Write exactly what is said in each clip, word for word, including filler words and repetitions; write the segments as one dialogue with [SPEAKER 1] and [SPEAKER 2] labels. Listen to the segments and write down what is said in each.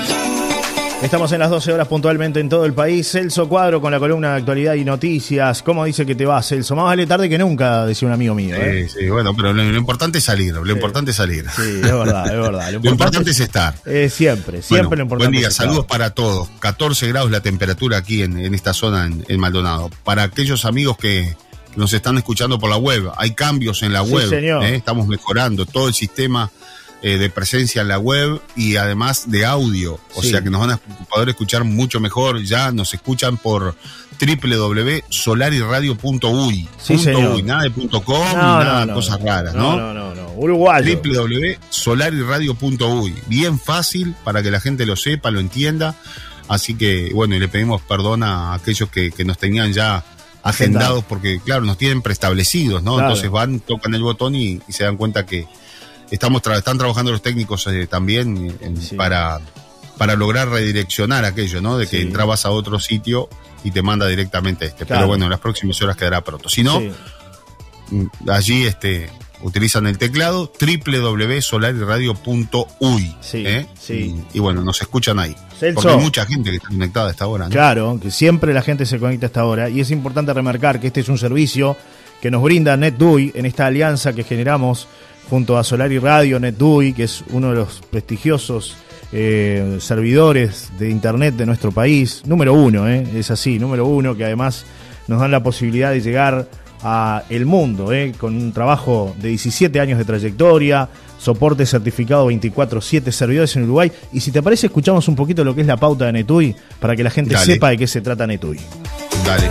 [SPEAKER 1] Estamos en las doce horas puntualmente en todo el país. Celso Cuadro con la columna de actualidad y noticias. ¿Cómo dice que te va, Celso? Más vale tarde que nunca, decía un amigo mío. ¿eh?
[SPEAKER 2] Sí, sí, bueno, pero lo, lo importante es salir, lo
[SPEAKER 1] sí.
[SPEAKER 2] importante es salir.
[SPEAKER 1] Sí, es verdad, es verdad.
[SPEAKER 2] Lo importante, lo importante es, es estar.
[SPEAKER 1] Eh, siempre, siempre bueno, lo importante.
[SPEAKER 2] Buen día,
[SPEAKER 1] es
[SPEAKER 2] saludos para todos. catorce grados la temperatura aquí en, en esta zona, en, en Maldonado. Para aquellos amigos que nos están escuchando por la web, hay cambios en la web.
[SPEAKER 1] Sí, señor.
[SPEAKER 2] ¿eh? Estamos mejorando todo el sistema eh, de presencia en la web y además de audio. O sí. sea que nos van a poder escuchar mucho mejor. Ya nos escuchan por doble u doble u doble u punto solariradio punto uy.
[SPEAKER 1] Sí, señor.
[SPEAKER 2] Uy, nada de punto com,
[SPEAKER 1] no,
[SPEAKER 2] nada de
[SPEAKER 1] no,
[SPEAKER 2] cosas
[SPEAKER 1] no,
[SPEAKER 2] raras,
[SPEAKER 1] ¿no?
[SPEAKER 2] ¿no?
[SPEAKER 1] No, no, no. Uruguayo.
[SPEAKER 2] doble u doble u doble u punto solariradio punto uy. Bien fácil para que la gente lo sepa, lo entienda. Así que, bueno, y le pedimos perdón a aquellos que, que nos tenían ya agendados, porque, claro, nos tienen preestablecidos, ¿no? Claro. Entonces van, tocan el botón y, y se dan cuenta que estamos tra- están trabajando los técnicos eh, también en, sí. para, para lograr redireccionar aquello, ¿no? De que sí. entrabas a otro sitio y te manda directamente a este. Claro. Pero bueno, en las próximas horas quedará pronto. Si no, sí. allí este, utilizan el teclado doble u doble u doble u punto solariradio punto uy.
[SPEAKER 1] Sí,
[SPEAKER 2] ¿eh?
[SPEAKER 1] sí.
[SPEAKER 2] Y, y bueno, nos escuchan ahí.
[SPEAKER 1] Celso.
[SPEAKER 2] Porque hay mucha gente que está conectada a esta hora, ¿no?
[SPEAKER 1] Claro, que siempre la gente se conecta a esta hora. Y es importante remarcar que este es un servicio que nos brinda NetDUI en esta alianza que generamos junto a Solari Radio, NetDUI, que es uno de los prestigiosos eh, servidores de internet de nuestro país. Número uno, eh, es así, número uno, que además nos dan la posibilidad de llegar a el mundo, eh, con un trabajo de diecisiete años de trayectoria, soporte certificado veinticuatro siete, servidores en Uruguay. Y si te parece, escuchamos un poquito lo que es la pauta de NetDUI para que la gente
[SPEAKER 2] Dale.
[SPEAKER 1] sepa de qué se trata NetDUI.
[SPEAKER 2] Dale.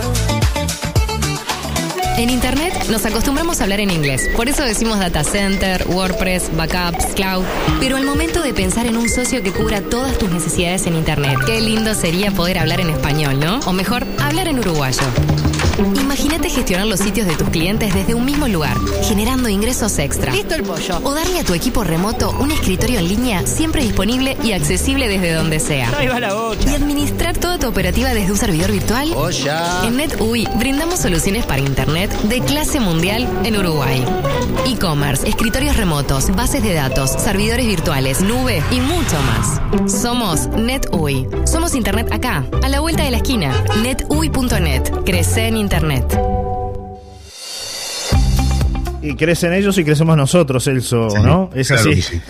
[SPEAKER 3] En Internet nos acostumbramos a hablar en inglés, por eso decimos data center, WordPress, backups, cloud. Pero al momento de pensar en un socio que cubra todas tus necesidades en Internet, qué lindo sería poder hablar en español, ¿no? O mejor, hablar en uruguayo. Imagínate gestionar los sitios de tus clientes desde un mismo lugar, generando ingresos extra.
[SPEAKER 4] Listo el pollo.
[SPEAKER 3] O darle a tu equipo remoto un escritorio en línea siempre disponible y accesible desde donde sea.
[SPEAKER 4] Ahí va la bocha.
[SPEAKER 3] Y administrar toda tu operativa desde un servidor virtual.
[SPEAKER 4] Oh, ya.
[SPEAKER 3] En NetUI brindamos soluciones para Internet de clase mundial en Uruguay. E-commerce, escritorios remotos, bases de datos, servidores virtuales, nube y mucho más. Somos NetUI. Somos Internet acá, a la vuelta de la esquina. netui punto net. Crece en Internet.
[SPEAKER 1] Y crecen ellos y crecemos nosotros, Celso,
[SPEAKER 2] sí,
[SPEAKER 1] ¿no? Es
[SPEAKER 2] claro
[SPEAKER 1] así.
[SPEAKER 2] Que sí.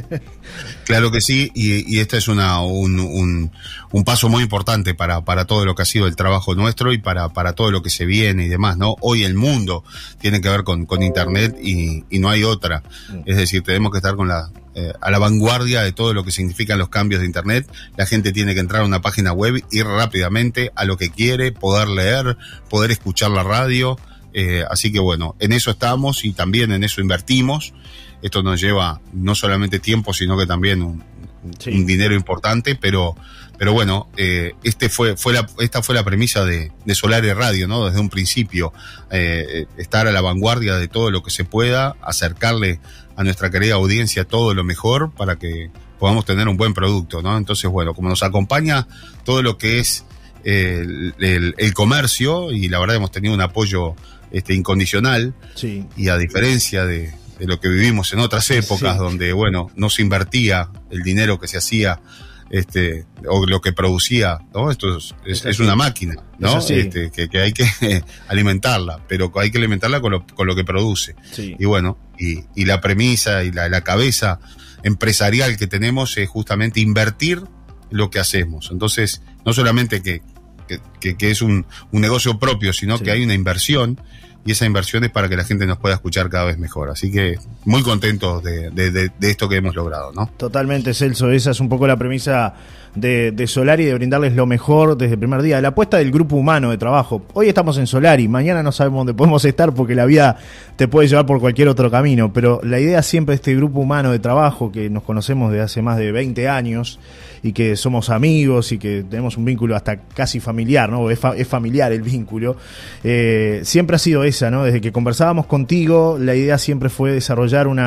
[SPEAKER 2] Claro que sí, y, y este es una, un, un, un paso muy importante para, para todo lo que ha sido el trabajo nuestro y para, para todo lo que se viene y demás, ¿no? Hoy el mundo tiene que ver con, con Internet y, y no hay otra. Es decir, tenemos que estar con la, eh, a la vanguardia de todo lo que significan los cambios de Internet. La gente tiene que entrar a una página web, ir rápidamente a lo que quiere, poder leer, poder escuchar la radio. Eh, así que bueno, en eso estamos y también en eso invertimos. Esto nos lleva no solamente tiempo, sino que también un, sí. un dinero importante, pero, pero bueno, eh, este fue, fue la, esta fue la premisa de, de Solari Radio, ¿no? Desde un principio, eh, estar a la vanguardia de todo lo que se pueda, acercarle a nuestra querida audiencia todo lo mejor para que podamos tener un buen producto, ¿no? Entonces, bueno, como nos acompaña todo lo que es eh, el, el, el comercio, y la verdad hemos tenido un apoyo este, incondicional,
[SPEAKER 1] sí.
[SPEAKER 2] y a diferencia de de lo que vivimos en otras épocas, sí. donde, bueno, no se invertía el dinero que se hacía, este, o lo que producía, ¿no? Esto es, es, es una máquina, ¿no? Este, que, que hay que alimentarla, pero hay que alimentarla con lo, con lo que produce.
[SPEAKER 1] Sí.
[SPEAKER 2] Y bueno, y, y la premisa y la, la cabeza empresarial que tenemos es justamente invertir lo que hacemos. Entonces, no solamente que, que, que, que es un, un negocio propio, sino sí. que hay una inversión, y esa inversión es para que la gente nos pueda escuchar cada vez mejor. Así que muy contentos de, de, de, de esto que hemos logrado, ¿no?
[SPEAKER 1] Totalmente, Celso. Esa es un poco la premisa de, de Solari, de brindarles lo mejor desde el primer día. La apuesta del grupo humano de trabajo. Hoy estamos en Solari, mañana no sabemos dónde podemos estar porque la vida te puede llevar por cualquier otro camino. Pero la idea siempre de este grupo humano de trabajo, que nos conocemos desde hace más de veinte años y que somos amigos y que tenemos un vínculo hasta casi familiar, ¿no? Es, fa- es familiar el vínculo. Eh, siempre ha sido esa, ¿no? Desde que conversábamos contigo, la idea siempre fue desarrollar una,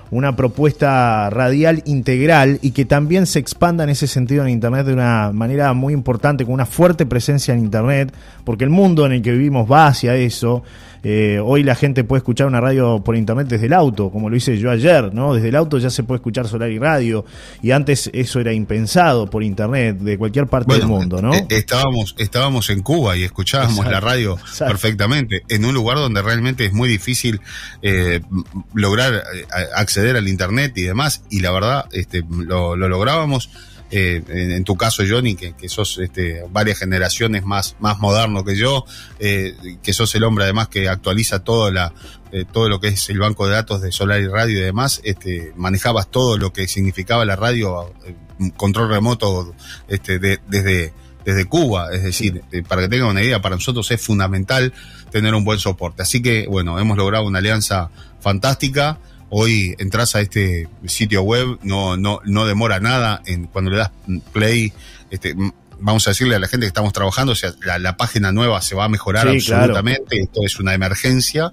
[SPEAKER 1] una propuesta radial integral y que también se expanda en ese sentido en Internet de una manera muy importante, con una fuerte presencia en Internet, porque el mundo en el que vivimos va hacia eso. Eh, hoy la gente puede escuchar una radio por Internet desde el auto, como lo hice yo ayer, ¿no? Desde el auto ya se puede escuchar Solari Radio, y antes eso era impensado por Internet, de cualquier parte bueno, del mundo, ¿no?
[SPEAKER 2] Estábamos, estábamos en Cuba y escuchábamos exacto, la radio exacto. perfectamente, en un lugar donde realmente es muy difícil eh, lograr acceder al Internet y demás, y la verdad este, lo, lo lográbamos. Eh, en, en tu caso, Johnny, que, que sos este, varias generaciones más, más moderno que yo, eh, que sos el hombre además que actualiza todo, la, eh, todo lo que es el banco de datos de Solari Radio y demás, este, manejabas todo lo que significaba la radio, eh, control remoto este, de, desde, desde Cuba, es decir, eh, para que tengan una idea, para nosotros es fundamental tener un buen soporte. Así que, bueno, hemos logrado una alianza fantástica. Hoy entras a este sitio web, no no no demora nada en cuando le das play, este, vamos a decirle a la gente que estamos trabajando, o sea, la, la página nueva se va a mejorar sí, absolutamente, claro. Esto es una emergencia,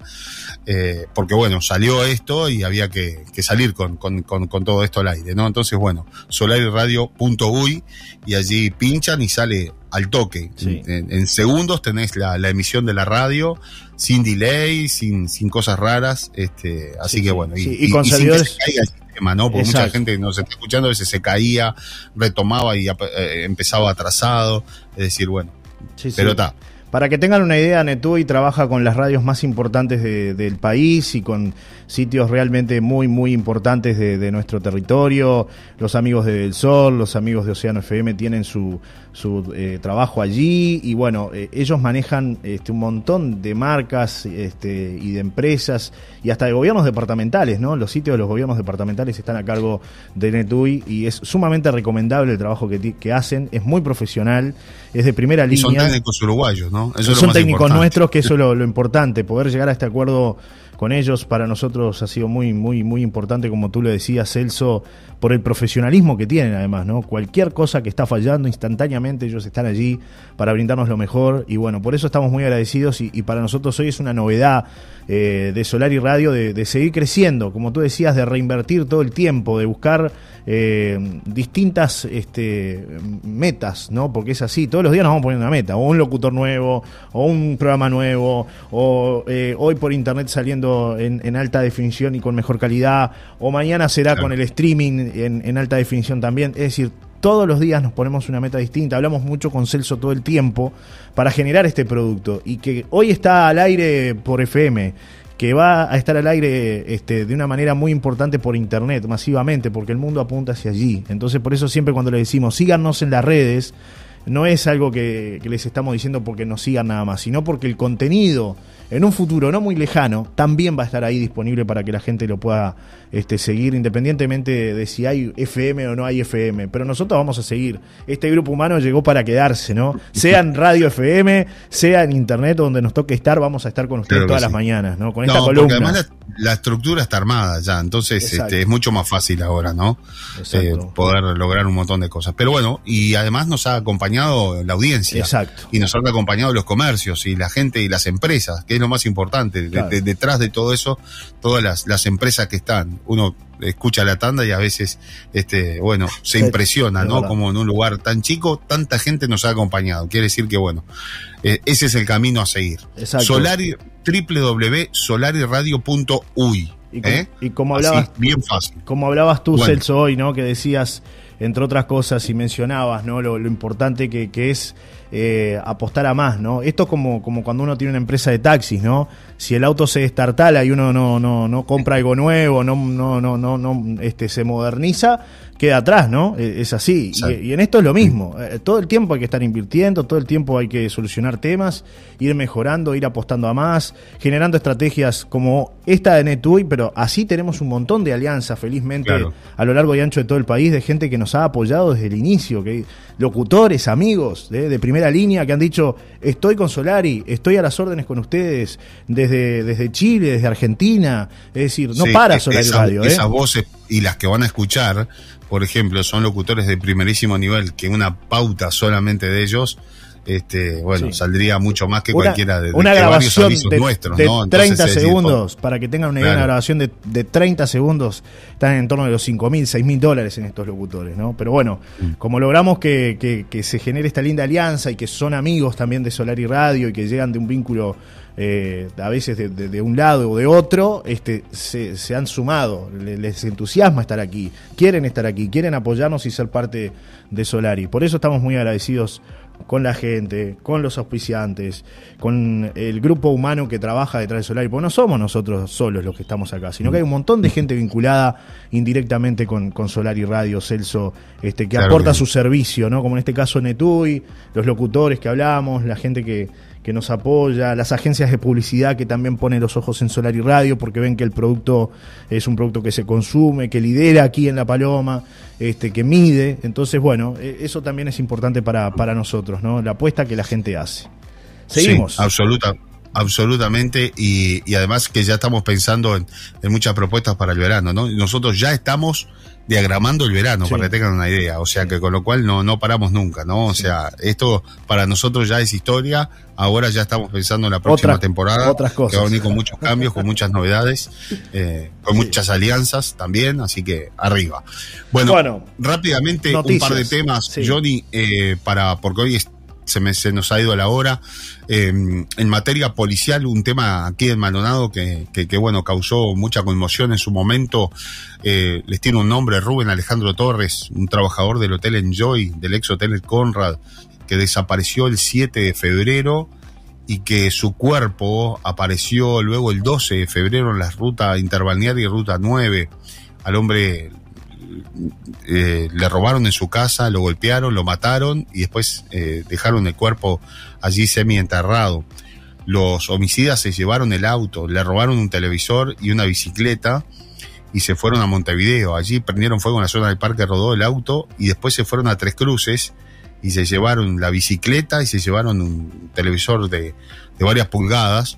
[SPEAKER 2] eh, porque bueno, salió esto y había que, que salir con, con, con, con todo esto al aire, ¿no? Entonces, bueno, solari radio punto uy y allí pinchan y sale al toque. Sí. En, en segundos tenés la, la emisión de la radio, sin delay, sin, sin cosas raras, este, así sí, que bueno,
[SPEAKER 1] sí.
[SPEAKER 2] y,
[SPEAKER 1] y, con
[SPEAKER 2] y
[SPEAKER 1] servidores...
[SPEAKER 2] sin que se caiga el sistema, ¿no? Porque exacto. mucha gente nos está escuchando, a veces se caía, retomaba y eh, empezaba atrasado, es decir, bueno, sí, pero está.
[SPEAKER 1] Sí. Para que tengan una idea, NetUI trabaja con las radios más importantes de, del país y con sitios realmente muy, muy importantes de, de nuestro territorio. Los amigos de Del Sol, los amigos de Océano F M tienen su, su eh, trabajo allí y bueno, eh, ellos manejan este, un montón de marcas este, y de empresas y hasta de gobiernos departamentales, ¿no? Los sitios de los gobiernos departamentales están a cargo de NetUI y es sumamente recomendable el trabajo que, que hacen, es muy profesional, es de primera
[SPEAKER 2] y
[SPEAKER 1] línea.
[SPEAKER 2] Son técnicos uruguayos, ¿no? Eso es
[SPEAKER 1] son
[SPEAKER 2] lo más
[SPEAKER 1] técnicos
[SPEAKER 2] importante.
[SPEAKER 1] nuestros, que eso es lo, lo importante, poder llegar a este acuerdo con ellos para nosotros ha sido muy, muy, muy importante, como tú lo decías, Celso, por el profesionalismo que tienen además, ¿no? Cualquier cosa que está fallando, instantáneamente ellos están allí para brindarnos lo mejor y bueno, por eso estamos muy agradecidos y, y para nosotros hoy es una novedad eh, de Solari Radio de, de seguir creciendo, como tú decías, de reinvertir todo el tiempo, de buscar eh, distintas este, metas, ¿no? Porque es así, todos los días nos vamos poniendo una meta, o un locutor nuevo, o un programa nuevo, o eh, hoy por internet saliendo en, en alta definición y con mejor calidad, o mañana será claro. con el streaming en, en alta definición también, es decir, todos los días nos ponemos una meta distinta, hablamos mucho con Celso todo el tiempo para generar este producto y que hoy está al aire por F M, que va a estar al aire este, de una manera muy importante por internet, masivamente, porque el mundo apunta hacia allí. Entonces por eso siempre cuando les decimos síganos en las redes, no es algo que, que les estamos diciendo porque nos sigan nada más, sino porque el contenido en un futuro no muy lejano también va a estar ahí disponible para que la gente lo pueda este, seguir independientemente de si hay F M o no hay F M, pero nosotros vamos a seguir. Este grupo humano llegó para quedarse, ¿no? Sea en radio F M, sea en internet donde nos toque estar, vamos a estar con ustedes claro todas sí. las mañanas, ¿no? Con esta no, columna.
[SPEAKER 2] Porque además la, la estructura está armada ya, entonces este, es mucho más fácil ahora, ¿no? Eh, poder lograr un montón de cosas. Pero bueno, y además nos ha acompañado la audiencia.
[SPEAKER 1] Exacto.
[SPEAKER 2] Y nos han acompañado los comercios y la gente y las empresas, que es lo más importante. Claro. De, de, detrás de todo eso, todas las, las empresas que están. Uno escucha la tanda y a veces, este, bueno, se sí, impresiona, ¿no? Verdad. Como en un lugar tan chico, tanta gente nos ha acompañado. Quiere decir que, bueno, eh, ese es el camino a seguir.
[SPEAKER 1] Exacto.
[SPEAKER 2] Solari, doble u doble u doble u punto solari radio punto uy.
[SPEAKER 1] Y, com, ¿eh? y como hablabas,
[SPEAKER 2] así, bien fácil.
[SPEAKER 1] Como hablabas tú, bueno. Celso, hoy, ¿no? Que decías, entre otras cosas, y mencionabas, ¿no? Lo, lo importante que, que es eh, apostar a más, ¿no? Esto es como, como cuando uno tiene una empresa de taxis, ¿no? Si el auto se destartala y uno no, no, no compra algo nuevo, no, no, no, no, no este, se moderniza, queda atrás, ¿no? Es así. Y, y en esto es lo mismo. Todo el tiempo hay que estar invirtiendo, todo el tiempo hay que solucionar temas, ir mejorando, ir apostando a más, generando estrategias como esta de NetUI, pero así tenemos un montón de alianzas, felizmente, claro. a lo largo y ancho de todo el país, de gente que nos ha apoyado desde el inicio, que locutores, amigos de, de primera línea que han dicho, estoy con Solari, estoy a las órdenes con ustedes, desde, desde Chile, desde Argentina, es decir, no sí, para Solari
[SPEAKER 2] esa,
[SPEAKER 1] Radio.
[SPEAKER 2] Esas
[SPEAKER 1] ¿eh?
[SPEAKER 2] voces y las que van a escuchar, por ejemplo, son locutores de primerísimo nivel, que una pauta solamente de ellos este, bueno, sí. saldría mucho más que
[SPEAKER 1] una,
[SPEAKER 2] cualquiera de, de
[SPEAKER 1] una grabación de,
[SPEAKER 2] nuestros,
[SPEAKER 1] de
[SPEAKER 2] ¿no?
[SPEAKER 1] treinta
[SPEAKER 2] Entonces,
[SPEAKER 1] segundos,
[SPEAKER 2] decir,
[SPEAKER 1] para que tengan una idea,
[SPEAKER 2] claro.
[SPEAKER 1] una grabación de, de treinta segundos, están en torno de los cinco mil, seis mil dólares en estos locutores, ¿no? Pero bueno, mm. como logramos que, que, que se genere esta linda alianza y que son amigos también de Solari Radio y que llegan de un vínculo eh, a veces de, de, de un lado o de otro, este, se, se han sumado, les, les entusiasma estar aquí, quieren estar aquí, quieren apoyarnos y ser parte de Solari. Por eso estamos muy agradecidos con la gente, con los auspiciantes, con el grupo humano que trabaja detrás de Solari, porque no somos nosotros solos los que estamos acá, sino que hay un montón de gente vinculada indirectamente con, con Solari Radio, Celso, este, que claro aporta que... su servicio, ¿no? Como en este caso Netui, los locutores que hablamos, la gente que, que nos apoya, las agencias de publicidad que también ponen los ojos en Solari Radio porque ven que el producto es un producto que se consume, que lidera aquí en La Paloma, este, que mide. Entonces, bueno, eso también es importante para, para nosotros, ¿no? La apuesta que la gente hace. Seguimos.
[SPEAKER 2] Sí, absoluta, absolutamente, y, y además que ya estamos pensando en, en muchas propuestas para el verano, ¿no? Nosotros ya estamos diagramando el verano, sí. para que tengan una idea, o sea que con lo cual no, no paramos nunca, ¿no? O sí. sea, esto para nosotros ya es historia, ahora ya estamos pensando en la próxima Otra, temporada,
[SPEAKER 1] otras cosas.
[SPEAKER 2] que va a venir con muchos cambios, con muchas novedades, eh, con sí. muchas alianzas también, así que arriba. Bueno, bueno rápidamente noticias. Un par de temas, sí. Johnny, eh, para, porque hoy es, se, me, se nos ha ido la hora. Eh, en materia policial, un tema aquí en Maldonado que, que, que bueno, causó mucha conmoción en su momento. Eh, les tiene un nombre, Rubén Alejandro Torres, un trabajador del Hotel Enjoy, del ex Hotel Conrad, que desapareció el siete de febrero y que su cuerpo apareció luego el doce de febrero en la ruta interbalnearia y ruta nueve. Al hombre Eh, le robaron en su casa, lo golpearon, lo mataron y después eh, dejaron el cuerpo allí semi-enterrado. Los homicidas se llevaron el auto, le robaron un televisor y una bicicleta y se fueron a Montevideo. Allí prendieron fuego en la zona del Parque Rodó el auto y después se fueron a Tres Cruces y se llevaron la bicicleta y se llevaron un televisor de, de varias pulgadas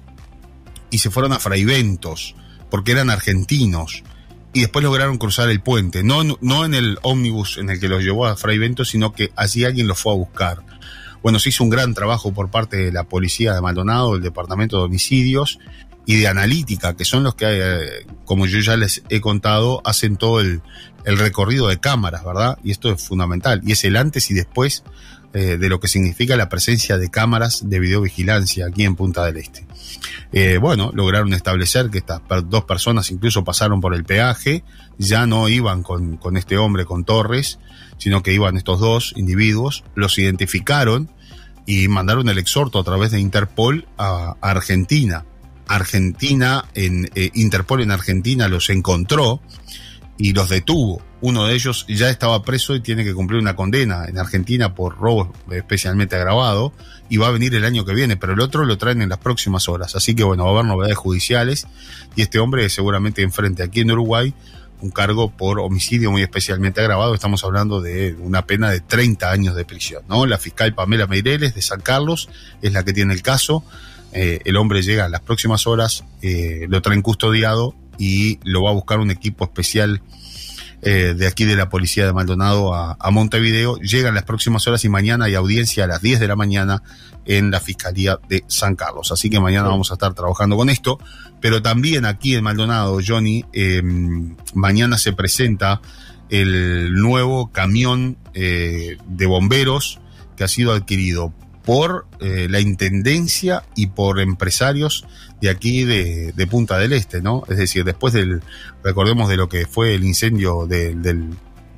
[SPEAKER 2] y se fueron a Fraiventos porque eran argentinos. Y después lograron cruzar el puente, no, no en el ómnibus en el que los llevó a Fraiventos, sino que allí alguien los fue a buscar. Bueno, se hizo un gran trabajo por parte de la policía de Maldonado, del departamento de homicidios y de analítica, que son los que, eh, como yo ya les he contado, hacen todo el, el recorrido de cámaras, ¿verdad? Y esto es fundamental, y es el antes y después eh, de lo que significa la presencia de cámaras de videovigilancia aquí en Punta del Este. Eh, bueno, lograron establecer que estas dos personas incluso pasaron por el peaje, ya no iban con, con este hombre, con Torres, sino que iban estos dos individuos, los identificaron y mandaron el exhorto a través de Interpol a, a Argentina. Argentina, en eh, Interpol en Argentina los encontró y los detuvo. Uno de ellos ya estaba preso y tiene que cumplir una condena en Argentina por robo especialmente agravado y va a venir el año que viene, pero el otro lo traen en las próximas horas. Así que bueno, va a haber novedades judiciales y este hombre seguramente enfrente aquí en Uruguay un cargo por homicidio muy especialmente agravado. Estamos hablando de una pena de treinta años de prisión, ¿no? La fiscal Pamela Meireles de San Carlos es la que tiene el caso. Eh, el hombre llega en las próximas horas, eh, lo traen custodiado y lo va a buscar un equipo especial eh, de aquí de la policía de Maldonado a, a Montevideo. Llega en las próximas horas y mañana hay audiencia a las diez de la mañana en la Fiscalía de San Carlos. Así que mañana vamos a estar trabajando con esto. Pero también aquí en Maldonado, Johnny, eh, mañana se presenta el nuevo camión eh, de bomberos que ha sido adquirido por eh, la Intendencia y por empresarios de aquí de, de Punta del Este, ¿no? Es decir, después del, recordemos de lo que fue el incendio de, del,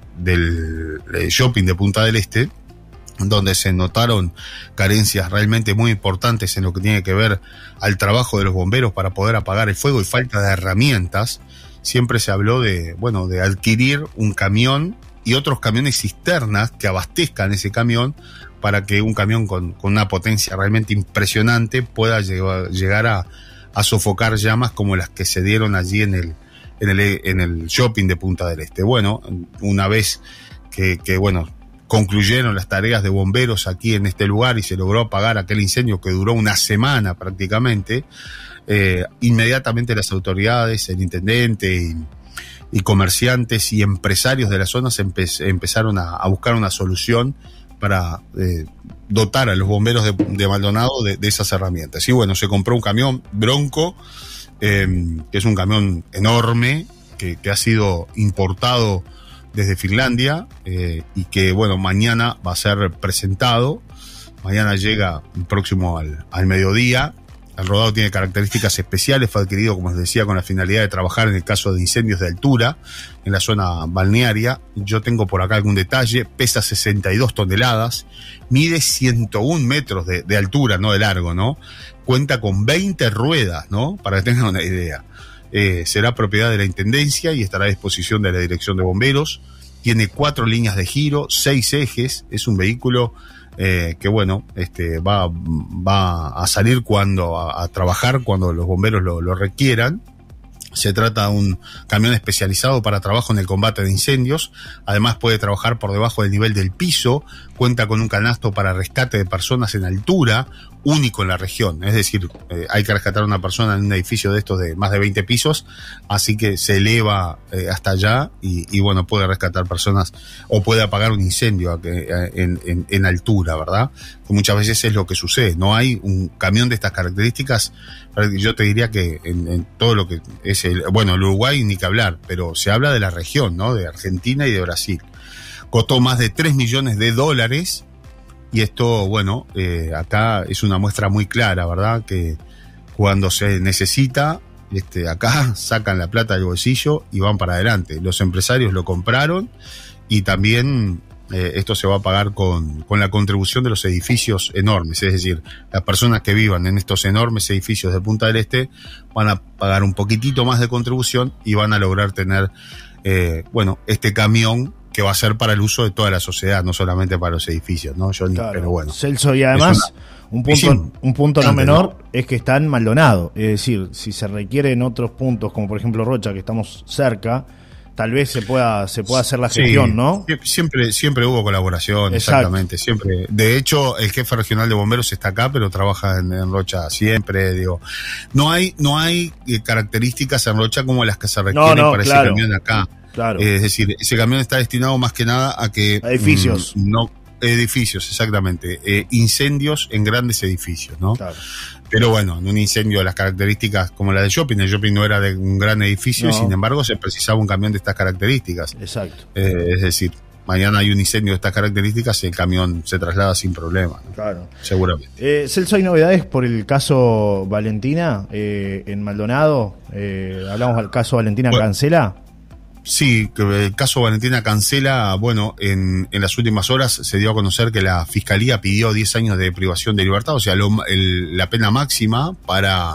[SPEAKER 2] del shopping de Punta del Este, donde se notaron carencias realmente muy importantes en lo que tiene que ver al trabajo de los bomberos para poder apagar el fuego y falta de herramientas, siempre se habló de, bueno, de adquirir un camión y otros camiones cisternas que abastezcan ese camión para que un camión con, con una potencia realmente impresionante pueda llegar, llegar a, a sofocar llamas como las que se dieron allí en el, en el, en el shopping de Punta del Este. Bueno, una vez que, que bueno, concluyeron las tareas de bomberos aquí en este lugar y se logró apagar aquel incendio que duró una semana prácticamente, eh, inmediatamente las autoridades, el intendente y, y comerciantes y empresarios de la zona se empe- empezaron a, a buscar una solución para eh, dotar a los bomberos de, de Maldonado de, de esas herramientas. Y bueno, se compró un camión Bronco, eh, que es un camión enorme, que, que ha sido importado desde Finlandia, eh, y que bueno, mañana va a ser presentado. Mañana llega próximo al, al mediodía. El rodado tiene características especiales, fue adquirido, como les decía, con la finalidad de trabajar en el caso de incendios de altura en la zona balnearia. Yo tengo por acá algún detalle: pesa sesenta y dos toneladas, mide ciento un metros de, de altura, no de largo, ¿no? Cuenta con veinte ruedas, ¿no? Para que tengan una idea. Eh, será propiedad de la Intendencia y estará a disposición de la Dirección de Bomberos. Tiene cuatro líneas de giro, seis ejes, es un vehículo Eh, que bueno, este va, va a salir cuando a, a trabajar cuando los bomberos lo, lo requieran. Se trata de un camión especializado para trabajo en el combate de incendios. Además puede trabajar por debajo del nivel del piso. Cuenta con un canasto para rescate de personas en altura, único en la región. Es decir, eh, hay que rescatar a una persona en un edificio de estos de más de veinte pisos, así que se eleva eh, hasta allá y, y bueno, puede rescatar personas o puede apagar un incendio a que, a, en, en, en altura, ¿verdad? Que muchas veces es lo que sucede. No hay un camión de estas características. Yo te diría que en, en todo lo que es el, bueno, el Uruguay ni que hablar, pero se habla de la región, ¿no? De Argentina y de Brasil. Costó más de tres millones de dólares. Y esto, bueno, eh, acá es una muestra muy clara, ¿verdad? Que cuando se necesita, este, acá sacan la plata del bolsillo y van para adelante. Los empresarios lo compraron y también eh, esto se va a pagar con, con la contribución de los edificios enormes. Es decir, las personas que vivan en estos enormes edificios de Punta del Este van a pagar un poquitito más de contribución y van a lograr tener, eh, bueno, este camión que va a ser para el uso de toda la sociedad, no solamente para los edificios, ¿no, Johnny?
[SPEAKER 1] Claro.
[SPEAKER 2] Pero bueno.
[SPEAKER 1] Celso, y además, una... un punto, sí, un punto no menor, ¿no? Es que está en Maldonado. Es decir, si se requiere en otros puntos, como por ejemplo Rocha, que estamos cerca, tal vez se pueda se pueda hacer la gestión, sí, ¿no?
[SPEAKER 2] Siempre siempre hubo colaboración, exacto. Exactamente, siempre. De hecho, el jefe regional de bomberos está acá, pero trabaja en, en Rocha siempre, digo. No hay no hay características en Rocha como las que se requieren no, no, para claro. ese camión acá. Claro. Eh, es decir, ese camión está destinado más que nada a que...
[SPEAKER 1] Edificios.
[SPEAKER 2] Mmm, no, edificios, exactamente. Eh, incendios en grandes edificios, ¿no? Claro. Pero bueno, en un incendio de las características como la de Shopping, el Shopping no era de un gran edificio, no. Y sin embargo se precisaba un camión de estas características.
[SPEAKER 1] Exacto.
[SPEAKER 2] Eh, es decir, mañana hay un incendio de estas características y el camión se traslada sin problema, ¿no?
[SPEAKER 1] Claro.
[SPEAKER 2] Seguramente.
[SPEAKER 1] Eh, Celso, ¿hay novedades por el caso Valentina eh, en Maldonado? Eh, hablamos del caso Valentina bueno, Cancela.
[SPEAKER 2] Sí, que el caso Valentina Cancela, bueno, en, en las últimas horas se dio a conocer que la Fiscalía pidió diez años de privación de libertad, o sea, lo, el, la pena máxima para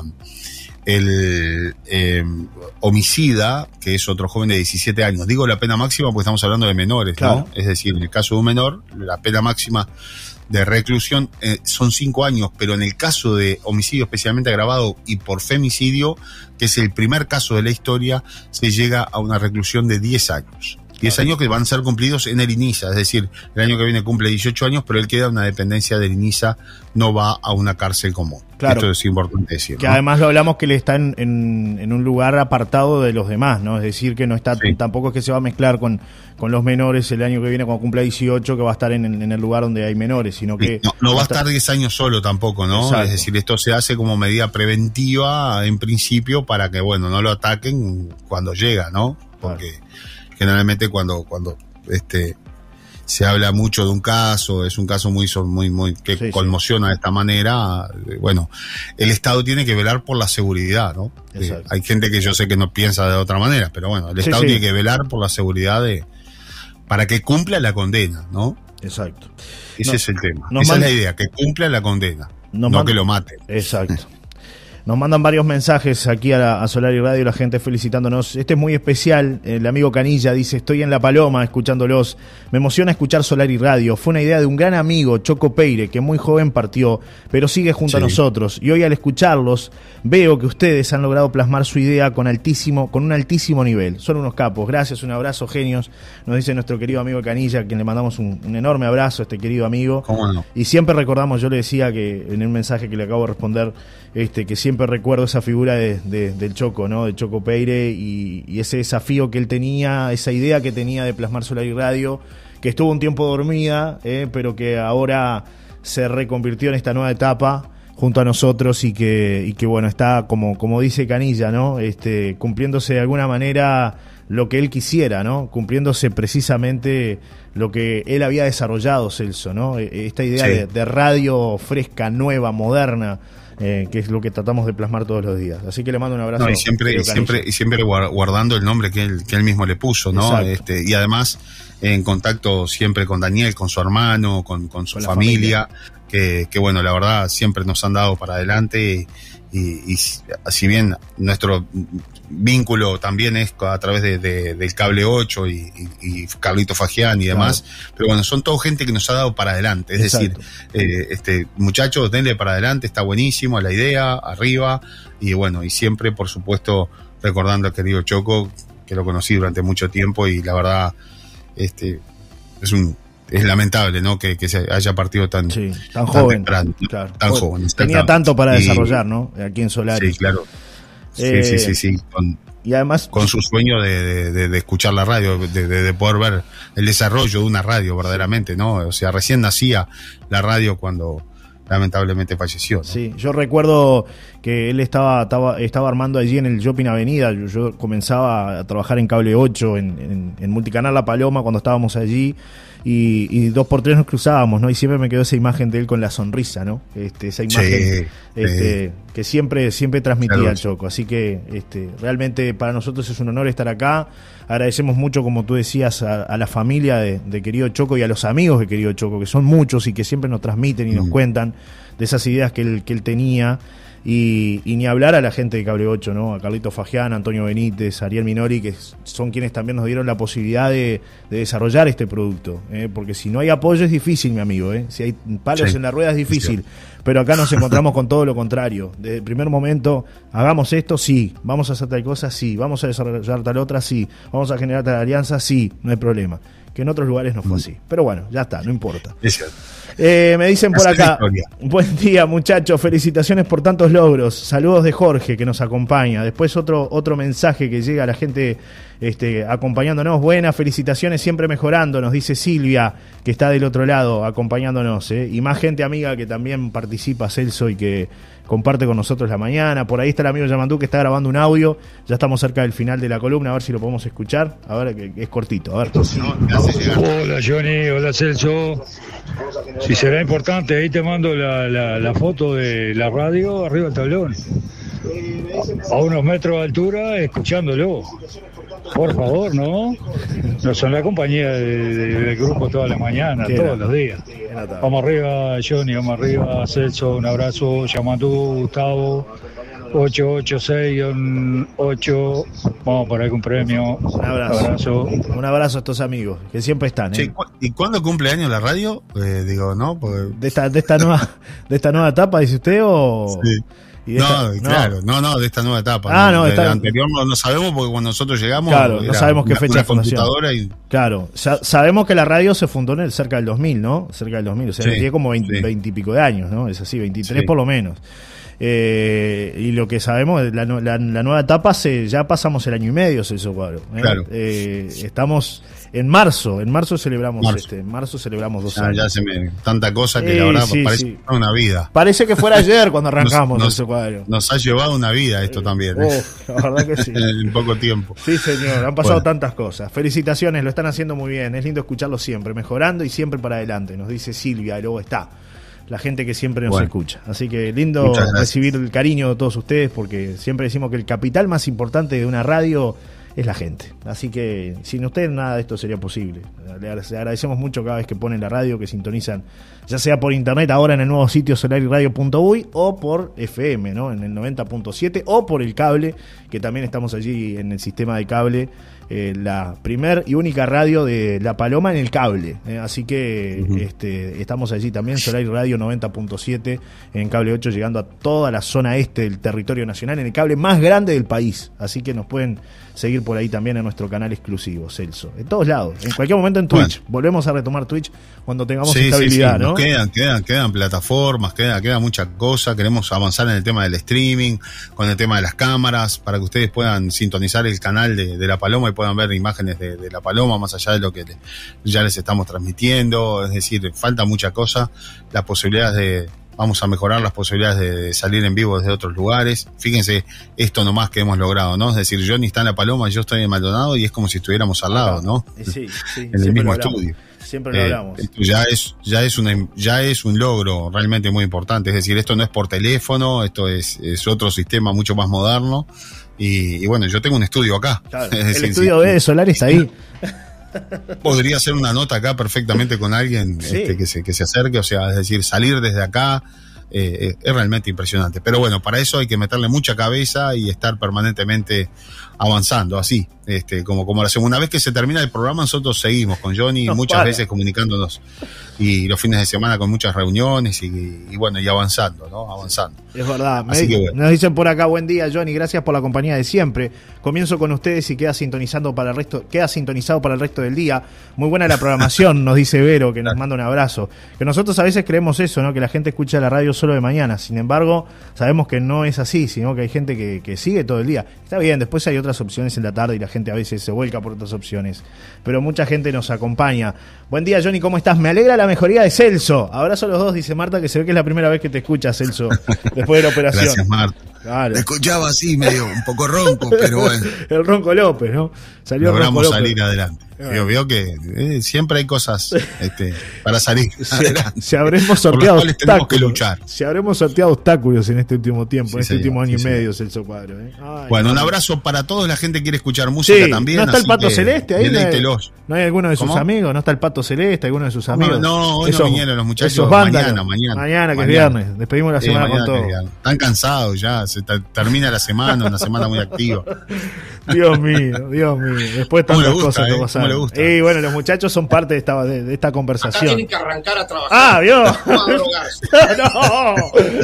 [SPEAKER 2] el eh, homicida, que es otro joven de diecisiete años. Digo la pena máxima porque estamos hablando de menores, claro. ¿No? Es decir, en el caso de un menor, la pena máxima de reclusión eh, son cinco años, pero en el caso de homicidio especialmente agravado y por femicidio, que es el primer caso de la historia, se llega a una reclusión de diez años. diez años que van a ser cumplidos en el INISA, es decir, el año que viene cumple dieciocho años, pero él queda en una dependencia del INISA, no va a una cárcel común.
[SPEAKER 1] Claro,
[SPEAKER 2] esto es importante decir,
[SPEAKER 1] que
[SPEAKER 2] ¿no?
[SPEAKER 1] Además lo hablamos que él está en, en, en un lugar apartado de los demás, ¿no? Es decir, que no está, sí. Tampoco es que se va a mezclar con, con los menores el año que viene cuando cumpla dieciocho, que va a estar en, en el lugar donde hay menores, sino que...
[SPEAKER 2] No, no va a estar diez años solo tampoco, ¿no? Exacto. Es decir, esto se hace como medida preventiva en principio para que, bueno, no lo ataquen cuando llega, ¿no? Porque claro. Generalmente cuando, cuando este se habla mucho de un caso, es un caso muy muy muy que sí, conmociona sí. De esta manera, bueno, el Estado tiene que velar por la seguridad, ¿no? Eh, hay gente que yo sé que no piensa de otra manera, pero bueno, el Estado sí, sí. tiene que velar por la seguridad de para que cumpla la condena, ¿no?
[SPEAKER 1] Exacto.
[SPEAKER 2] Ese no, es el tema. Esa
[SPEAKER 1] manda,
[SPEAKER 2] es la idea, que cumpla la condena, no
[SPEAKER 1] manda,
[SPEAKER 2] que lo maten.
[SPEAKER 1] Exacto. Nos mandan varios mensajes aquí a, la, a Solar y Radio, la gente felicitándonos. Este es muy especial. El amigo Canilla dice: estoy en La Paloma escuchándolos. Me emociona escuchar Solar y Radio. Fue una idea de un gran amigo, Choco Peire, que muy joven partió, pero sigue junto sí. a nosotros. Y hoy al escucharlos, veo que ustedes han logrado plasmar su idea con altísimo, con un altísimo nivel. Son unos capos. Gracias, un abrazo, genios. Nos dice nuestro querido amigo Canilla, a quien le mandamos un, un enorme abrazo a este querido amigo.
[SPEAKER 2] ¿Cómo no?
[SPEAKER 1] Y siempre recordamos, yo le decía que en un mensaje que le acabo de responder, este, que siempre Siempre recuerdo esa figura de, de, del Choco, ¿no? De Choco Peire y, y ese desafío que él tenía, esa idea que tenía de plasmar Solar y Radio, que estuvo un tiempo dormida, eh, pero que ahora se reconvirtió en esta nueva etapa junto a nosotros y que, y que bueno, está como, como dice Canilla, ¿no? Este, cumpliéndose de alguna manera lo que él quisiera, ¿no? Cumpliéndose precisamente lo que él había desarrollado, Celso, ¿no? Esta idea sí. de, de radio fresca, nueva, moderna, eh, que es lo que tratamos de plasmar todos los días. Así que le mando un abrazo.
[SPEAKER 2] No, y siempre, y siempre, y siempre guardando el nombre que él, que él mismo le puso, ¿no? Este, y además en contacto siempre con Daniel, con su hermano, con, con su con familia, familia. Que, que bueno, la verdad siempre nos han dado para adelante y, y, y si bien nuestro vínculo también es a través de, de, del Cable ocho y, y, y Carlito Fagián y demás, claro. Pero bueno, son todo gente que nos ha dado para adelante, es Exacto. decir, eh, este muchachos, denle para adelante, está buenísimo la idea, arriba, y bueno, y siempre por supuesto recordando al querido Choco, que lo conocí durante mucho tiempo y la verdad este es un es lamentable, ¿no? Que, que se haya partido tan,
[SPEAKER 1] sí, tan joven,
[SPEAKER 2] tan,
[SPEAKER 1] claro.
[SPEAKER 2] tan joven.
[SPEAKER 1] Tenía tanto para y, desarrollar, ¿no? Aquí en Solaris.
[SPEAKER 2] Sí, claro. Sí, eh, sí, sí, sí. Con,
[SPEAKER 1] y además
[SPEAKER 2] con su sueño de, de, de escuchar la radio, de, de, de poder ver el desarrollo de una radio verdaderamente, ¿no? O sea, recién nacía la radio cuando lamentablemente falleció, ¿no?
[SPEAKER 1] Sí, yo recuerdo que él estaba estaba, estaba armando allí en el Shopping Avenida. Yo, yo comenzaba a trabajar en Cable ocho, en, en, en Multicanal La Paloma, cuando estábamos allí. Y, y dos por tres nos cruzábamos, ¿no? Y siempre me quedó esa imagen de él con la sonrisa, ¿no? Este, esa imagen sí, este, sí. que siempre, siempre transmitía claro. el Choco. Así que este, realmente para nosotros es un honor estar acá. Agradecemos mucho, como tú decías, a, a la familia de, de querido Choco y a los amigos de querido Choco, que son muchos y que siempre nos transmiten y mm. nos cuentan de esas ideas que él, que él tenía. Y, y ni hablar a la gente de Cable ocho, ¿no? A Carlito Fagián, Antonio Benítez, Ariel Minori, que son quienes también nos dieron la posibilidad de, de desarrollar este producto, ¿eh? Porque si no hay apoyo es difícil, mi amigo, ¿eh? Si hay palos sí. en la rueda es difícil, sí. Pero acá nos encontramos con todo lo contrario. Desde el primer momento, hagamos esto, sí. Vamos a hacer tal cosa, sí. Vamos a desarrollar tal otra, sí. Vamos a generar tal alianza, sí. No hay problema. Que en otros lugares no fue así. Pero bueno, ya está, no importa.
[SPEAKER 2] Es cierto.
[SPEAKER 1] Eh, me dicen por acá, buen día muchachos, felicitaciones por tantos logros, saludos de Jorge que nos acompaña. Después otro otro mensaje que llega a la gente este, acompañándonos, buenas felicitaciones, siempre mejorando, nos dice Silvia que está del otro lado acompañándonos, ¿eh? Y más gente amiga que también participa, Celso, y que comparte con nosotros la mañana. Por ahí está el amigo Yamandú que está grabando un audio, ya estamos cerca del final de la columna, a ver si lo podemos escuchar, a ver que, que es cortito, a ver.
[SPEAKER 4] Hola Johnny, hola Celso. Si será importante, ahí te mando la, la, la foto de la radio arriba del tablón, a unos metros de altura, escuchándolo. Por favor, ¿no? No son la compañía de, de, del grupo toda la mañana, todos era? los días. Vamos arriba, Johnny, vamos arriba, Celso, un abrazo, Yamandú, Gustavo, ocho ocho seis ocho, vamos por algún premio.
[SPEAKER 1] Un abrazo. Un abrazo. Un abrazo a estos amigos que siempre están, ¿eh?
[SPEAKER 2] Sí, ¿y cuándo cumple años la radio? Eh, digo, ¿no? Porque...
[SPEAKER 1] De esta, de esta nueva, de esta nueva etapa, dice usted, o
[SPEAKER 2] sí.
[SPEAKER 1] Y
[SPEAKER 2] no, esta, claro, no, no, de esta nueva etapa.
[SPEAKER 1] Ah, no,
[SPEAKER 2] no
[SPEAKER 1] esta...
[SPEAKER 2] de la anterior no, no sabemos porque cuando nosotros llegamos.
[SPEAKER 1] Claro, no sabemos qué
[SPEAKER 2] una,
[SPEAKER 1] fecha
[SPEAKER 2] una
[SPEAKER 1] de fundación.
[SPEAKER 2] Y...
[SPEAKER 1] Claro, ya, sabemos que la radio se fundó en el, cerca del dos mil, ¿no? Cerca del dos mil, o sea, sí, tiene como veinte, sí. veinte y pico de años, ¿no? Es así, veintitrés sí. por lo menos. Eh, y lo que sabemos, la, la, la nueva etapa, se, ya pasamos el año y medio, eso cuadro. ¿eh?
[SPEAKER 2] Claro.
[SPEAKER 1] Eh, estamos en marzo, en marzo celebramos
[SPEAKER 2] marzo.
[SPEAKER 1] este, en marzo celebramos dos
[SPEAKER 2] ya,
[SPEAKER 1] años.
[SPEAKER 2] Ya se me, tanta cosa que
[SPEAKER 1] eh,
[SPEAKER 2] la verdad
[SPEAKER 1] sí,
[SPEAKER 2] parece
[SPEAKER 1] sí.
[SPEAKER 2] una vida.
[SPEAKER 1] Parece que fuera ayer cuando arrancamos
[SPEAKER 2] nos,
[SPEAKER 1] ese cuadro.
[SPEAKER 2] Nos ha llevado una vida esto también.
[SPEAKER 1] ¿eh? Oh, la verdad que sí.
[SPEAKER 2] En poco tiempo.
[SPEAKER 1] Sí, señor, han pasado
[SPEAKER 2] bueno.
[SPEAKER 1] tantas cosas. Felicitaciones, lo están haciendo muy bien. Es lindo escucharlo siempre, mejorando y siempre para adelante. Nos dice Silvia, y luego está la gente que siempre nos bueno. escucha. Así que lindo recibir el cariño de todos ustedes, porque siempre decimos que el capital más importante de una radio es la gente. Así que sin ustedes nada de esto sería posible. Le agradecemos mucho cada vez que ponen la radio, que sintonizan, ya sea por internet ahora en el nuevo sitio solari radio punto uy o por F M, ¿no? En el noventa punto siete, o por el cable, que también estamos allí en el sistema de cable, eh, la primer y única radio de La Paloma en el cable. Eh, así que uh-huh. este, estamos allí también, Solari Radio noventa punto siete en cable ocho, llegando a toda la zona este del territorio nacional, en el cable más grande del país. Así que nos pueden seguir por ahí también en nuestro canal exclusivo, Celso. En todos lados, en cualquier momento en Twitch. Bueno. Volvemos a retomar Twitch cuando tengamos
[SPEAKER 2] sí,
[SPEAKER 1] estabilidad,
[SPEAKER 2] sí, sí.
[SPEAKER 1] ¿no?
[SPEAKER 2] Quedan, quedan, quedan plataformas, queda, queda mucha cosa. Queremos avanzar en el tema del streaming, con el tema de las cámaras, para que ustedes puedan sintonizar el canal de, de La Paloma y cual puedan ver imágenes de, de la paloma, más allá de lo que le, ya les estamos transmitiendo. Es decir, falta mucha cosa. Las posibilidades de, vamos a mejorar las posibilidades de salir en vivo desde otros lugares. Fíjense esto nomás que hemos logrado, ¿no? Es decir, Johnny está en La Paloma, yo estoy en Maldonado y es como si estuviéramos al lado, ¿no?
[SPEAKER 1] Sí, sí,
[SPEAKER 2] en el mismo estudio.
[SPEAKER 1] Siempre lo hablamos.
[SPEAKER 2] Eh, esto ya es, ya es una, ya es un logro realmente muy importante. Es decir, esto no es por teléfono, esto es, es otro sistema mucho más moderno. Y, y bueno, yo tengo un estudio acá.
[SPEAKER 1] Claro,
[SPEAKER 2] es decir,
[SPEAKER 1] el estudio B de Solar está ahí.
[SPEAKER 2] Podría hacer una nota acá perfectamente con alguien sí. este, que, se, que se acerque, o sea, es decir, salir desde acá eh, es realmente impresionante. Pero bueno, para eso hay que meterle mucha cabeza y estar permanentemente avanzando, así, este, como, como la segunda vez que se termina el programa, nosotros seguimos con Johnny no, muchas para. veces comunicándonos y los fines de semana con muchas reuniones y, y bueno, y avanzando, ¿no? Avanzando.
[SPEAKER 1] Es verdad.
[SPEAKER 2] Así
[SPEAKER 1] Me,
[SPEAKER 2] que bueno.
[SPEAKER 1] Nos dicen por acá, buen día, Johnny, gracias por la compañía de siempre. Comienzo con ustedes y queda sintonizando para el resto, queda sintonizado para el resto del día. Muy buena la programación, nos dice Vero, que nos manda un abrazo. Que nosotros a veces creemos eso, ¿no? Que la gente escucha la radio solo de mañana. Sin embargo, sabemos que no es así, sino que hay gente que, que sigue todo el día. Está bien, después hay otras opciones en la tarde y la gente a veces se vuelca por otras opciones. Pero mucha gente nos acompaña. Buen día, Johnny, ¿cómo estás? Me alegra la mejoría de Celso. Abrazo a los dos, dice Marta, que se ve que es la primera vez que te escucha, Celso, después de la operación.
[SPEAKER 2] Gracias, Marta.
[SPEAKER 1] Claro.
[SPEAKER 2] Me escuchaba así, medio un poco ronco, pero bueno.
[SPEAKER 1] El Ronco López, ¿no? Salió
[SPEAKER 2] Logramos
[SPEAKER 1] Ronco López.
[SPEAKER 2] salir adelante. Yo veo que eh, siempre hay cosas este, para salir
[SPEAKER 1] se,
[SPEAKER 2] adelante.
[SPEAKER 1] Se habremos sorteado
[SPEAKER 2] por las cuales tenemos que
[SPEAKER 1] obstáculos.
[SPEAKER 2] luchar.
[SPEAKER 1] Se habremos sorteado obstáculos en este último tiempo,
[SPEAKER 2] Sí,
[SPEAKER 1] en este
[SPEAKER 2] señor,
[SPEAKER 1] último año
[SPEAKER 2] sí,
[SPEAKER 1] y medio,
[SPEAKER 2] señor.
[SPEAKER 1] Celso Cuadro. ¿eh? Ay,
[SPEAKER 2] Bueno, un
[SPEAKER 1] no.
[SPEAKER 2] abrazo para todos. La gente que quiere escuchar música
[SPEAKER 1] Sí,
[SPEAKER 2] también.
[SPEAKER 1] ¿no está el
[SPEAKER 2] así
[SPEAKER 1] Pato
[SPEAKER 2] que
[SPEAKER 1] Celeste ahí? No hay,
[SPEAKER 2] deleítelos.
[SPEAKER 1] ¿No hay alguno de sus
[SPEAKER 2] ¿Cómo?
[SPEAKER 1] amigos? ¿No está el Pato Celeste? ¿Alguno de sus amigos?
[SPEAKER 2] No, no, hoy no vinieron los muchachos.
[SPEAKER 1] Esos vándalos.
[SPEAKER 2] Mañana, mañana.
[SPEAKER 1] Mañana, que
[SPEAKER 2] Mañana.
[SPEAKER 1] es viernes. Despedimos la
[SPEAKER 2] Sí,
[SPEAKER 1] semana
[SPEAKER 2] mañana
[SPEAKER 1] con todo.
[SPEAKER 2] que- Están cansados ya. Se ta- termina la semana, una semana muy activa.
[SPEAKER 1] Dios mío, Dios mío. Después
[SPEAKER 2] ¿Cómo le
[SPEAKER 1] tantas
[SPEAKER 2] gusta,
[SPEAKER 1] cosas
[SPEAKER 2] eh?
[SPEAKER 1] que
[SPEAKER 2] ¿Cómo
[SPEAKER 1] pasaron.
[SPEAKER 2] le gusta?
[SPEAKER 1] Y bueno, los muchachos son parte de esta, de, de esta
[SPEAKER 5] Acá
[SPEAKER 1] conversación.
[SPEAKER 5] tienen que arrancar a trabajar.
[SPEAKER 1] Ah, ¿vio?
[SPEAKER 5] No a drogarse.
[SPEAKER 1] no,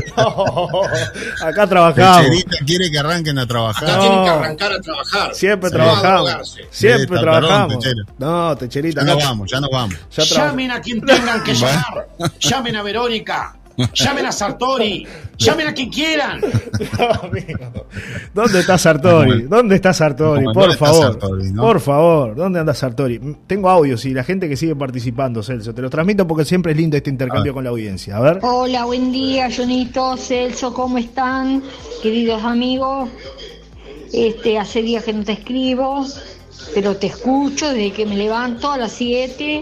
[SPEAKER 1] no. Acá trabajamos.
[SPEAKER 2] Techerita quiere que arranquen a trabajar.
[SPEAKER 5] Acá
[SPEAKER 1] No.
[SPEAKER 5] tienen que arrancar a trabajar.
[SPEAKER 1] Siempre
[SPEAKER 5] No a
[SPEAKER 1] trabajamos.
[SPEAKER 5] drogarse.
[SPEAKER 1] Siempre
[SPEAKER 2] Sí, está,
[SPEAKER 1] trabajamos.
[SPEAKER 2] perdón, Techero.
[SPEAKER 1] No, Techerita.
[SPEAKER 2] Ya nos
[SPEAKER 1] acá-
[SPEAKER 2] vamos, ya nos vamos.
[SPEAKER 1] ya traba-
[SPEAKER 6] Llamen a quien tengan que llamar. Llamen a Verónica. Llamen a Sartori. Llamen a quien quieran.
[SPEAKER 1] Dios mío. ¿Dónde está Sartori? ¿Dónde está Sartori?
[SPEAKER 2] ¿Dónde
[SPEAKER 1] Por
[SPEAKER 2] está
[SPEAKER 1] favor.
[SPEAKER 2] Sartori, no?
[SPEAKER 1] Por favor, ¿dónde anda Sartori? Tengo audios y la gente que sigue participando, Celso. Te los transmito porque siempre es lindo este intercambio
[SPEAKER 2] Ah.
[SPEAKER 1] con la audiencia. A ver.
[SPEAKER 7] Hola, buen día, Jonito, Celso, ¿cómo están? Queridos amigos, este, hace días que no te escribo, pero te escucho desde que me levanto a las siete.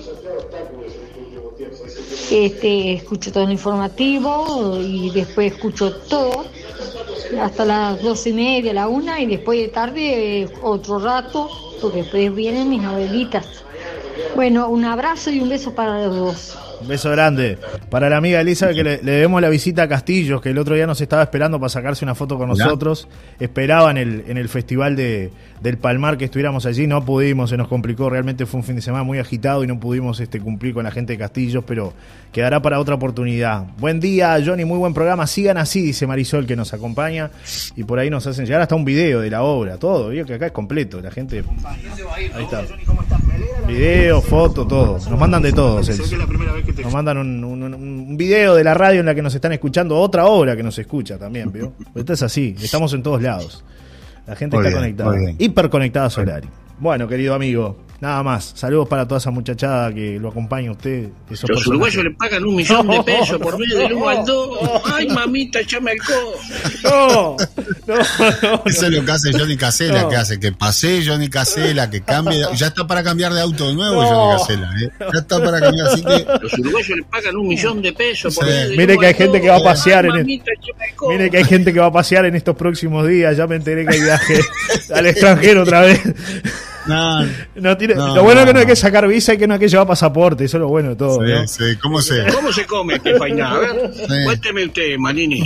[SPEAKER 7] Este, escucho todo el informativo y después escucho todo hasta las doce y media, la una, y después de tarde eh, otro rato, porque después vienen mis novelitas. Bueno, un abrazo y un beso para los dos.
[SPEAKER 1] Un beso grande. Para la amiga Elisa, que le, le debemos la visita a Castillos, que el otro día nos estaba esperando para sacarse una foto con
[SPEAKER 2] Mirá.
[SPEAKER 1] nosotros. Esperaba en el, en el festival de, del Palmar que estuviéramos allí. No pudimos, se nos complicó. Realmente fue un fin de semana muy agitado y no pudimos este, cumplir con la gente de Castillos, pero quedará para otra oportunidad. Buen día, Johnny, muy buen programa. Sigan así, dice Marisol, que nos acompaña. Y por ahí nos hacen llegar hasta un video de la obra. Todo, vio que acá es completo. La gente... Ahí está. Video, foto, todo. Nos mandan de todo, Celso. Nos mandan un, un, un video de la radio en la que nos están escuchando, otra hora que nos escucha también, ¿vio? Esto es así, estamos en todos lados. La gente
[SPEAKER 2] Muy
[SPEAKER 1] está
[SPEAKER 2] bien,
[SPEAKER 1] conectada,
[SPEAKER 2] muy bien.
[SPEAKER 1] hiperconectada a Solari. Bueno, querido amigo, nada más. Saludos para toda esa muchachada que lo acompaña a usted. Esos
[SPEAKER 6] Los
[SPEAKER 1] personajes.
[SPEAKER 6] uruguayos le pagan un millón de pesos por medio del uno al dos. Ay, mamita, llame al codo.
[SPEAKER 1] No, no, no,
[SPEAKER 2] Eso es
[SPEAKER 1] no.
[SPEAKER 2] lo que hace Johnny Casella,
[SPEAKER 1] No.
[SPEAKER 2] que hace que pase Johnny Casella, que cambie. de- Ya está para cambiar de auto de nuevo
[SPEAKER 1] No.
[SPEAKER 2] Johnny Casella, ¿eh? Ya está para cambiar, así que.
[SPEAKER 6] Los uruguayos le pagan un millón de pesos por
[SPEAKER 2] Sí.
[SPEAKER 6] medio del
[SPEAKER 1] Mire
[SPEAKER 6] uno
[SPEAKER 1] que hay
[SPEAKER 6] al
[SPEAKER 1] gente
[SPEAKER 6] dos.
[SPEAKER 1] que va a pasear
[SPEAKER 6] Ay,
[SPEAKER 1] en el-
[SPEAKER 6] mamita, llame al codo.
[SPEAKER 1] Mire que hay gente que va a pasear en estos próximos días. Ya me enteré que hay viaje al extranjero otra vez.
[SPEAKER 2] No,
[SPEAKER 1] No tiene,
[SPEAKER 2] No,
[SPEAKER 1] lo bueno es que no hay
[SPEAKER 2] no.
[SPEAKER 1] que sacar visa y que no hay que llevar pasaporte. Eso es lo bueno de todo, ¿no?
[SPEAKER 2] sí, sí, ¿cómo se?
[SPEAKER 6] ¿Cómo se come este fainá? A ver,
[SPEAKER 2] Sí.
[SPEAKER 6] cuénteme usted, Manini.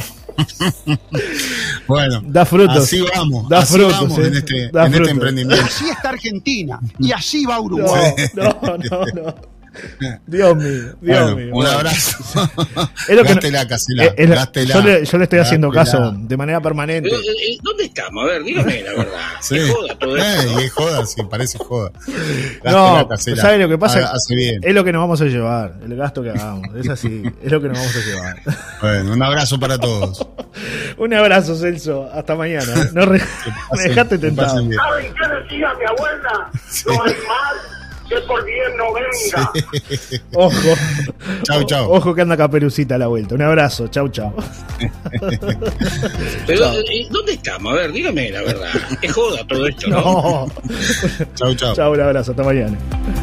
[SPEAKER 2] Bueno,
[SPEAKER 1] Da frutos.
[SPEAKER 2] así vamos,
[SPEAKER 1] Da
[SPEAKER 2] así
[SPEAKER 1] frutos,
[SPEAKER 2] vamos
[SPEAKER 1] eh.
[SPEAKER 2] en este,
[SPEAKER 1] Da
[SPEAKER 2] en este
[SPEAKER 1] frutos.
[SPEAKER 2] emprendimiento.
[SPEAKER 8] Así está Argentina y así va
[SPEAKER 1] No,
[SPEAKER 8] Uruguay.
[SPEAKER 1] no, no, no. Dios mío, Dios
[SPEAKER 2] bueno,
[SPEAKER 1] mío.
[SPEAKER 2] Un
[SPEAKER 1] Bueno.
[SPEAKER 2] abrazo.
[SPEAKER 1] Es lo que no-
[SPEAKER 2] Gástela, Casela,
[SPEAKER 1] es- es lo-
[SPEAKER 2] gástela.
[SPEAKER 1] yo, le, yo le estoy haciendo
[SPEAKER 2] Gástela.
[SPEAKER 1] caso de manera permanente.
[SPEAKER 5] Pero, eh, ¿Dónde estamos? A ver, dígame la verdad.
[SPEAKER 2] Sí.
[SPEAKER 5] ¿Qué joda todo esto?
[SPEAKER 2] Eh, y es joda, sí, parece joda. Gástela,
[SPEAKER 1] No,
[SPEAKER 2] Casela.
[SPEAKER 1] ¿sabes lo que pasa?
[SPEAKER 2] Haga- Hace bien.
[SPEAKER 1] Es lo que nos vamos a llevar, el gasto que hagamos. Es así, es lo que nos vamos a llevar.
[SPEAKER 2] Bueno, un abrazo para todos.
[SPEAKER 1] Un abrazo, Celso. Hasta mañana. ¿eh? No re- me dejaste
[SPEAKER 2] Que
[SPEAKER 1] tentado.
[SPEAKER 2] pasen bien.
[SPEAKER 6] ¿Saben qué decía mi abuela? No hay mal que por bien no venga.
[SPEAKER 1] Ojo.
[SPEAKER 2] Chau, chau.
[SPEAKER 1] Ojo que anda Caperucita a la vuelta. Un abrazo. Chau, chau.
[SPEAKER 5] Pero, eh, ¿dónde estamos? A ver, dígame la verdad. ¿Qué joda todo esto? No.
[SPEAKER 1] No.
[SPEAKER 2] Chau, chau.
[SPEAKER 1] Chau, un abrazo. Hasta mañana.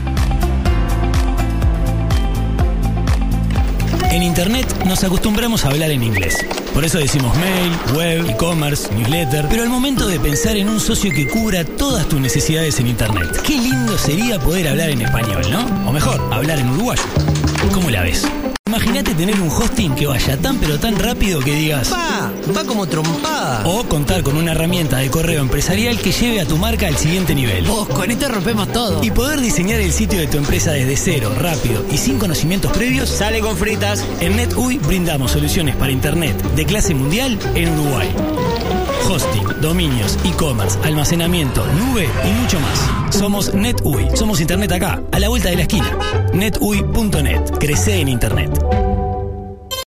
[SPEAKER 8] En Internet nos acostumbramos a hablar en inglés. Por eso decimos mail, web, e-commerce, newsletter. Pero al momento de pensar en un socio que cubra todas tus necesidades en Internet, qué lindo sería poder hablar en español, ¿no? O mejor, hablar en uruguayo. ¿Cómo la ves? Imagínate tener un hosting que vaya tan pero tan rápido que digas
[SPEAKER 9] ¡Pa! Va como trompada.
[SPEAKER 8] o contar con una herramienta de correo empresarial que lleve a tu marca al siguiente nivel.
[SPEAKER 9] Vos, con esto rompemos todo.
[SPEAKER 8] Y poder diseñar el sitio de tu empresa desde cero, rápido y sin conocimientos previos.
[SPEAKER 9] Sale con fritas.
[SPEAKER 8] En NetUI brindamos soluciones para Internet de clase mundial en Uruguay. Hosting, dominios, e-commerce, almacenamiento, nube y mucho más. Somos NetUI. Somos Internet acá, a la vuelta de la esquina. netui punto net. Crece en Internet.